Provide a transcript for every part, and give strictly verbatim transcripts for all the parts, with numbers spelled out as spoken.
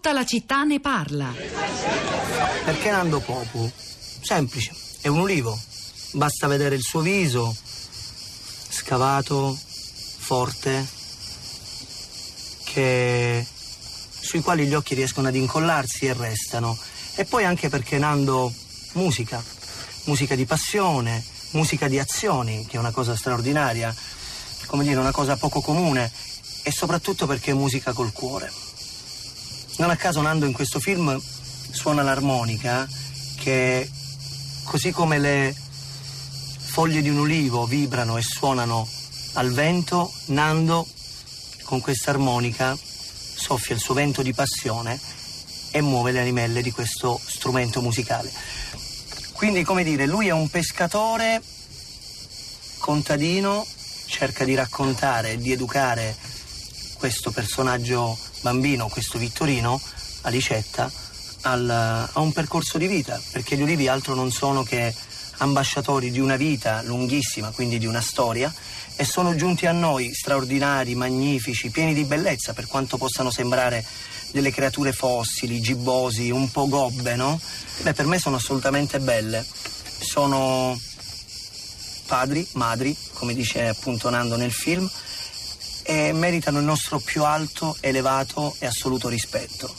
Tutta la città ne parla. Perché Nando Popu? Semplice, è un ulivo. Basta vedere il suo viso, scavato, forte, che... sui quali gli occhi riescono ad incollarsi e restano. E poi anche perché Nando musica, musica di passione, musica di azioni, che è una cosa straordinaria, come dire, una cosa poco comune, e soprattutto perché è musica col cuore. Non a caso Nando in questo film suona l'armonica, che così come le foglie di un ulivo vibrano e suonano al vento, Nando con questa armonica soffia il suo vento di passione e muove le animelle di questo strumento musicale. Quindi, come dire, lui è un pescatore contadino, cerca di raccontare e di educare questo personaggio bambino, questo Vittorino, Alicetta, al, a un percorso di vita, perché gli ulivi altro non sono che ambasciatori di una vita lunghissima, quindi di una storia, e sono giunti a noi straordinari, magnifici, pieni di bellezza, per quanto possano sembrare delle creature fossili, gibbosi, un po' gobbe, no? Beh, per me sono assolutamente belle. Sono padri, madri, come dice appunto Nando nel film, e meritano il nostro più alto, elevato e assoluto rispetto.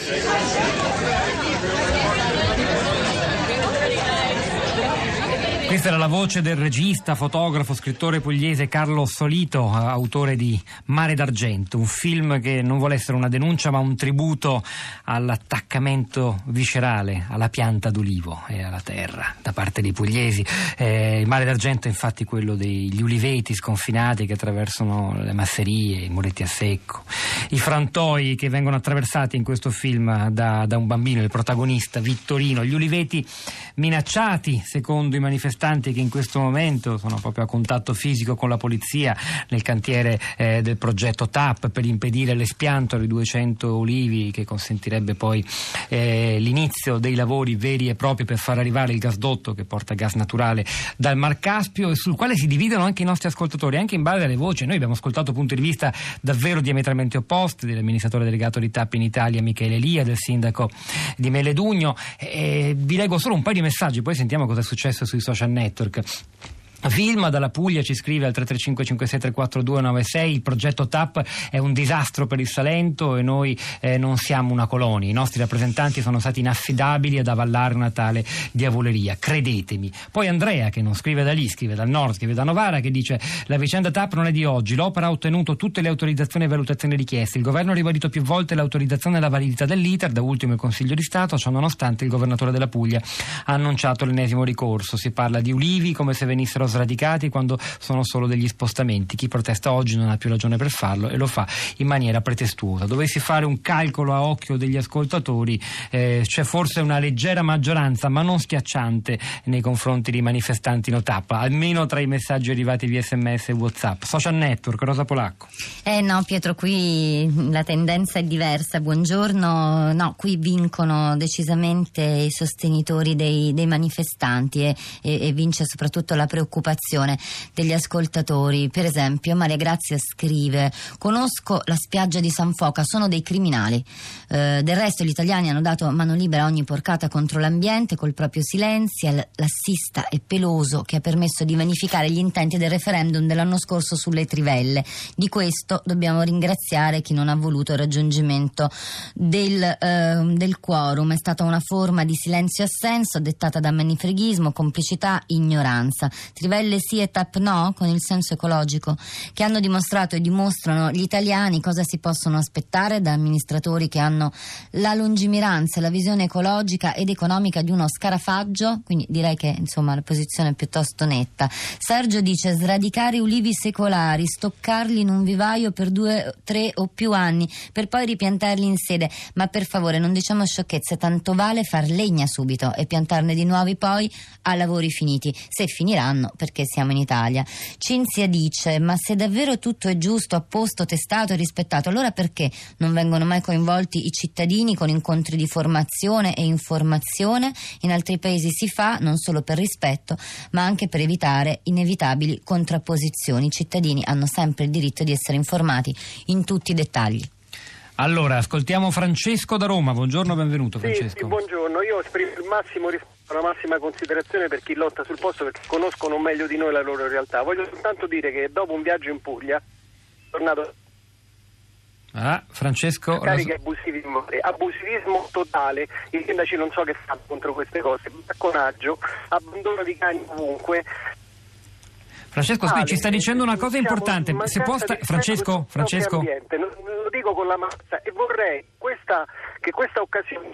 Questa era la voce del regista, fotografo, scrittore pugliese Carlo Solito, autore di Mare d'Argento, un film che non vuole essere una denuncia ma un tributo all'attaccamento viscerale alla pianta d'ulivo e alla terra da parte dei pugliesi. Eh, il Mare d'Argento è infatti quello degli uliveti sconfinati che attraversano le masserie, i muretti a secco, i frantoi che vengono attraversati in questo film da, da un bambino, il protagonista Vittorino, gli uliveti minacciati secondo i manifestanti che in questo momento sono proprio a contatto fisico con la polizia nel cantiere eh, del progetto T A P per impedire l'espianto dei duecento ulivi che consentirebbe poi eh, l'inizio dei lavori veri e propri per far arrivare il gasdotto che porta gas naturale dal Mar Caspio, e sul quale si dividono anche i nostri ascoltatori, anche in base alle voci. Noi abbiamo ascoltato punti di vista davvero diametralmente opposti, dell'amministratore delegato di T A P in Italia Michele Elia, del sindaco di Meledugno. E vi leggo solo un paio di messaggi, poi sentiamo cosa è successo sui social network. Vilma dalla Puglia ci scrive al tre tre cinque cinque sei tre quattro due nove sei: il progetto T A P è un disastro per il Salento e noi eh, non siamo una colonia, i nostri rappresentanti sono stati inaffidabili ad avallare una tale diavoleria, credetemi. Poi Andrea, che non scrive da lì, scrive dal nord, scrive da Novara, che dice: la vicenda T A P non è di oggi, l'opera ha ottenuto tutte le autorizzazioni e valutazioni richieste, il governo ha ribadito più volte l'autorizzazione e la validità dell'iter, da ultimo il Consiglio di Stato, ciò nonostante il governatore della Puglia ha annunciato l'ennesimo ricorso. Si parla di ulivi come se venissero sradicati quando sono solo degli spostamenti. Chi protesta oggi non ha più ragione per farlo e lo fa in maniera pretestuosa. Dovessi fare un calcolo a occhio degli ascoltatori, eh, c'è forse una leggera maggioranza, ma non schiacciante, nei confronti dei manifestanti no T A P, almeno tra i messaggi arrivati via sms e WhatsApp. Social network, Rosa Polacco. Eh no, Pietro, qui la tendenza è diversa. Buongiorno. No, qui vincono decisamente i sostenitori dei, dei manifestanti e, e, e vince soprattutto la preoccupazione degli ascoltatori. Per esempio Maria Grazia scrive: conosco la spiaggia di San Foca, sono dei criminali, eh, del resto gli italiani hanno dato mano libera a ogni porcata contro l'ambiente col proprio silenzio, lassista e peloso che ha permesso di vanificare gli intenti del referendum dell'anno scorso sulle trivelle. Di questo dobbiamo ringraziare chi non ha voluto il raggiungimento del, eh, del quorum. È stata una forma di silenzio-assenso dettata da menefreghismo, complicità, ignoranza. Trivelle sì e T A P no, con il senso ecologico che hanno dimostrato e dimostrano gli italiani cosa si possono aspettare da amministratori che hanno la lungimiranza e la visione ecologica ed economica di uno scarafaggio. Quindi direi che insomma la posizione è piuttosto netta. Sergio dice: sradicare ulivi secolari, stoccarli in un vivaio per due, tre o più anni per poi ripiantarli in sede, ma per favore non diciamo sciocchezze, tanto vale far legna subito e piantarne di nuovi poi a lavori finiti, se finiranno, perché siamo in Italia. Cinzia dice: ma se davvero tutto è giusto, a posto, testato e rispettato, allora perché non vengono mai coinvolti i cittadini con incontri di formazione e informazione? In altri paesi si fa non solo per rispetto ma anche per evitare inevitabili contrapposizioni. I cittadini hanno sempre il diritto di essere informati in tutti i dettagli. Allora, ascoltiamo Francesco da Roma. Buongiorno, benvenuto Francesco. Sì, sì, buongiorno. Io esprimo il massimo rispetto, la massima considerazione per chi lotta sul posto, perché conoscono meglio di noi la loro realtà. Voglio soltanto dire che dopo un viaggio in Puglia, tornato... Ah, Francesco... Cariche abusivismo, abusivismo totale, i sindaci non so che fanno contro queste cose, bracconaggio, abbandono di cani ovunque. Francesco, scusi, ci sta dicendo una cosa importante. Se può sta... Francesco, Francesco... Non lo dico con la massa e vorrei questa, che questa occasione...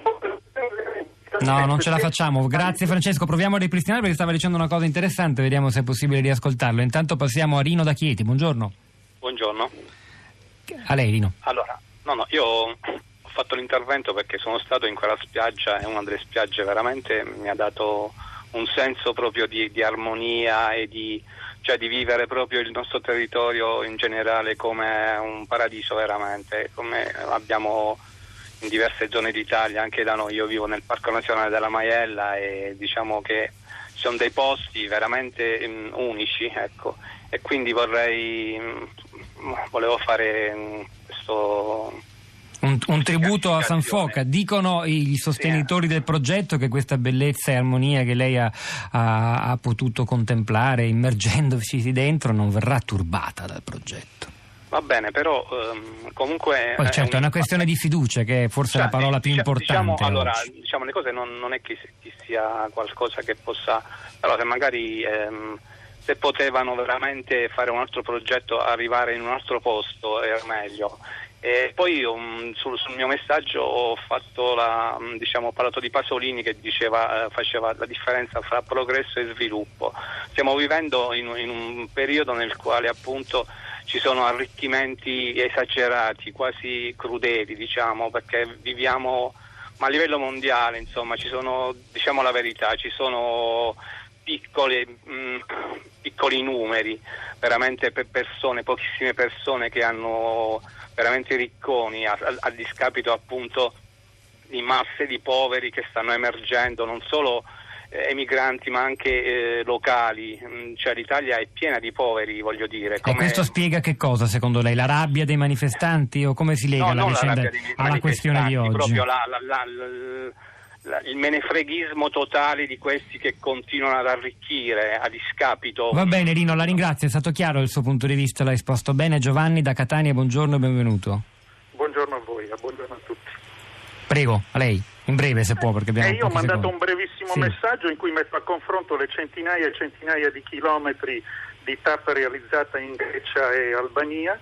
No, non ce la facciamo. Grazie Francesco, proviamo a ripristinare perché stava dicendo una cosa interessante, vediamo se è possibile riascoltarlo. Intanto passiamo a Rino da Chieti, buongiorno. Buongiorno. A lei, Rino. Allora, no, no, io ho fatto l'intervento perché sono stato in quella spiaggia, è una delle spiagge veramente mi ha dato un senso proprio di, di armonia e di, cioè di vivere proprio il nostro territorio in generale come un paradiso veramente, come abbiamo in diverse zone d'Italia, anche da noi. Io vivo nel Parco Nazionale della Maiella e diciamo che sono dei posti veramente um, unici, ecco, e quindi vorrei um, volevo fare um, questo un, un tributo a San Foca. Dicono i sostenitori sì, del progetto che questa bellezza e armonia che lei ha, ha, ha potuto contemplare immergendosi dentro non verrà turbata dal progetto. Va bene, però um, comunque... Poi certo è, un... è una questione di fiducia che è forse cioè, la parola più diciamo, importante. Diciamo, allora, diciamo le cose non, non è che, che sia qualcosa che possa... Però se magari ehm, se potevano veramente fare un altro progetto, arrivare in un altro posto era meglio. E poi um, sul, sul mio messaggio ho fatto la, diciamo, ho parlato di Pasolini che diceva, eh, faceva la differenza fra progresso e sviluppo. Stiamo vivendo in, in un periodo nel quale appunto ci sono arricchimenti esagerati, quasi crudeli, diciamo, perché viviamo, ma a livello mondiale, insomma, ci sono, diciamo la verità, ci sono piccole, mh, piccoli numeri, veramente per persone, pochissime persone che hanno veramente ricconi, a, a, a discapito appunto di masse di poveri che stanno emergendo, non solo emigranti ma anche eh, locali, cioè l'Italia è piena di poveri, voglio dire. Come... E questo spiega che cosa secondo lei? La rabbia dei manifestanti o come si lega no, la vicenda la alla questione di oggi? Proprio la, la, la, la, la, il menefreghismo totale di questi che continuano ad arricchire a discapito. Va bene Rino, la ringrazio, è stato chiaro il suo punto di vista, l'ha esposto bene. Giovanni da Catania, buongiorno e benvenuto. Buongiorno a voi, buongiorno a tutti. Prego, a lei, in breve se può, perché abbiamo eh, io ho mandato secondi. un brevissimo sì. messaggio in cui metto a confronto le centinaia e centinaia di chilometri di tappa realizzata in Grecia e Albania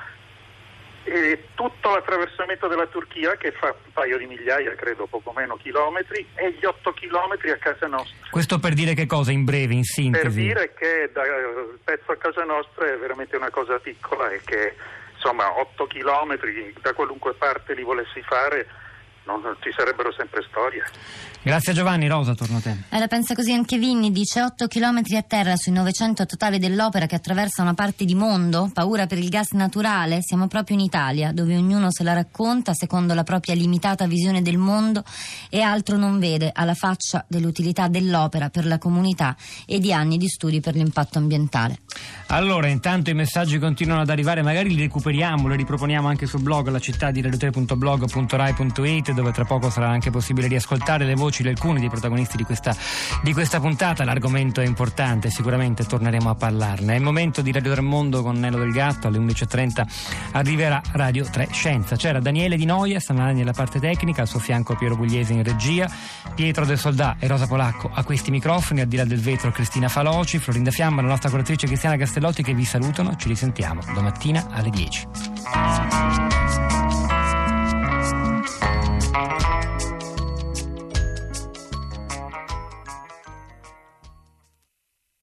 e tutto l'attraversamento della Turchia che fa un paio di migliaia, credo poco meno chilometri, e gli otto chilometri a casa nostra. Questo per dire che cosa, in breve, in sintesi? Per dire che da, il pezzo a casa nostra è veramente una cosa piccola e che insomma otto chilometri da qualunque parte li volessi fare non ci sarebbero sempre storie. Grazie Giovanni. Rosa, torno a te. Eh, la pensa così anche Vinni, dice otto chilometri a terra sui novecento totali dell'opera che attraversa una parte di mondo, paura per il gas naturale, siamo proprio in Italia dove ognuno se la racconta secondo la propria limitata visione del mondo e altro non vede alla faccia dell'utilità dell'opera per la comunità e di anni di studi per l'impatto ambientale. Allora, intanto i messaggi continuano ad arrivare, magari li recuperiamo, li riproponiamo anche sul blog la città di radio tre punto blog punto rai punto it, dove tra poco sarà anche possibile riascoltare le voci di alcuni dei protagonisti di questa, di questa puntata. L'argomento è importante, sicuramente torneremo a parlarne. È il momento di Radio tre Mondo con Nello Del Gatto, alle undici e trenta arriverà Radio tre Scienza. C'era Daniele Di Noia, Stanani nella parte tecnica, al suo fianco Piero Pugliese in regia, Pietro Del Soldà e Rosa Polacco a questi microfoni, al di là del vetro Cristina Faloci, Florinda Fiamma, la nostra curatrice Cristiana Castellotti, che vi salutano. Ci risentiamo domattina alle dieci.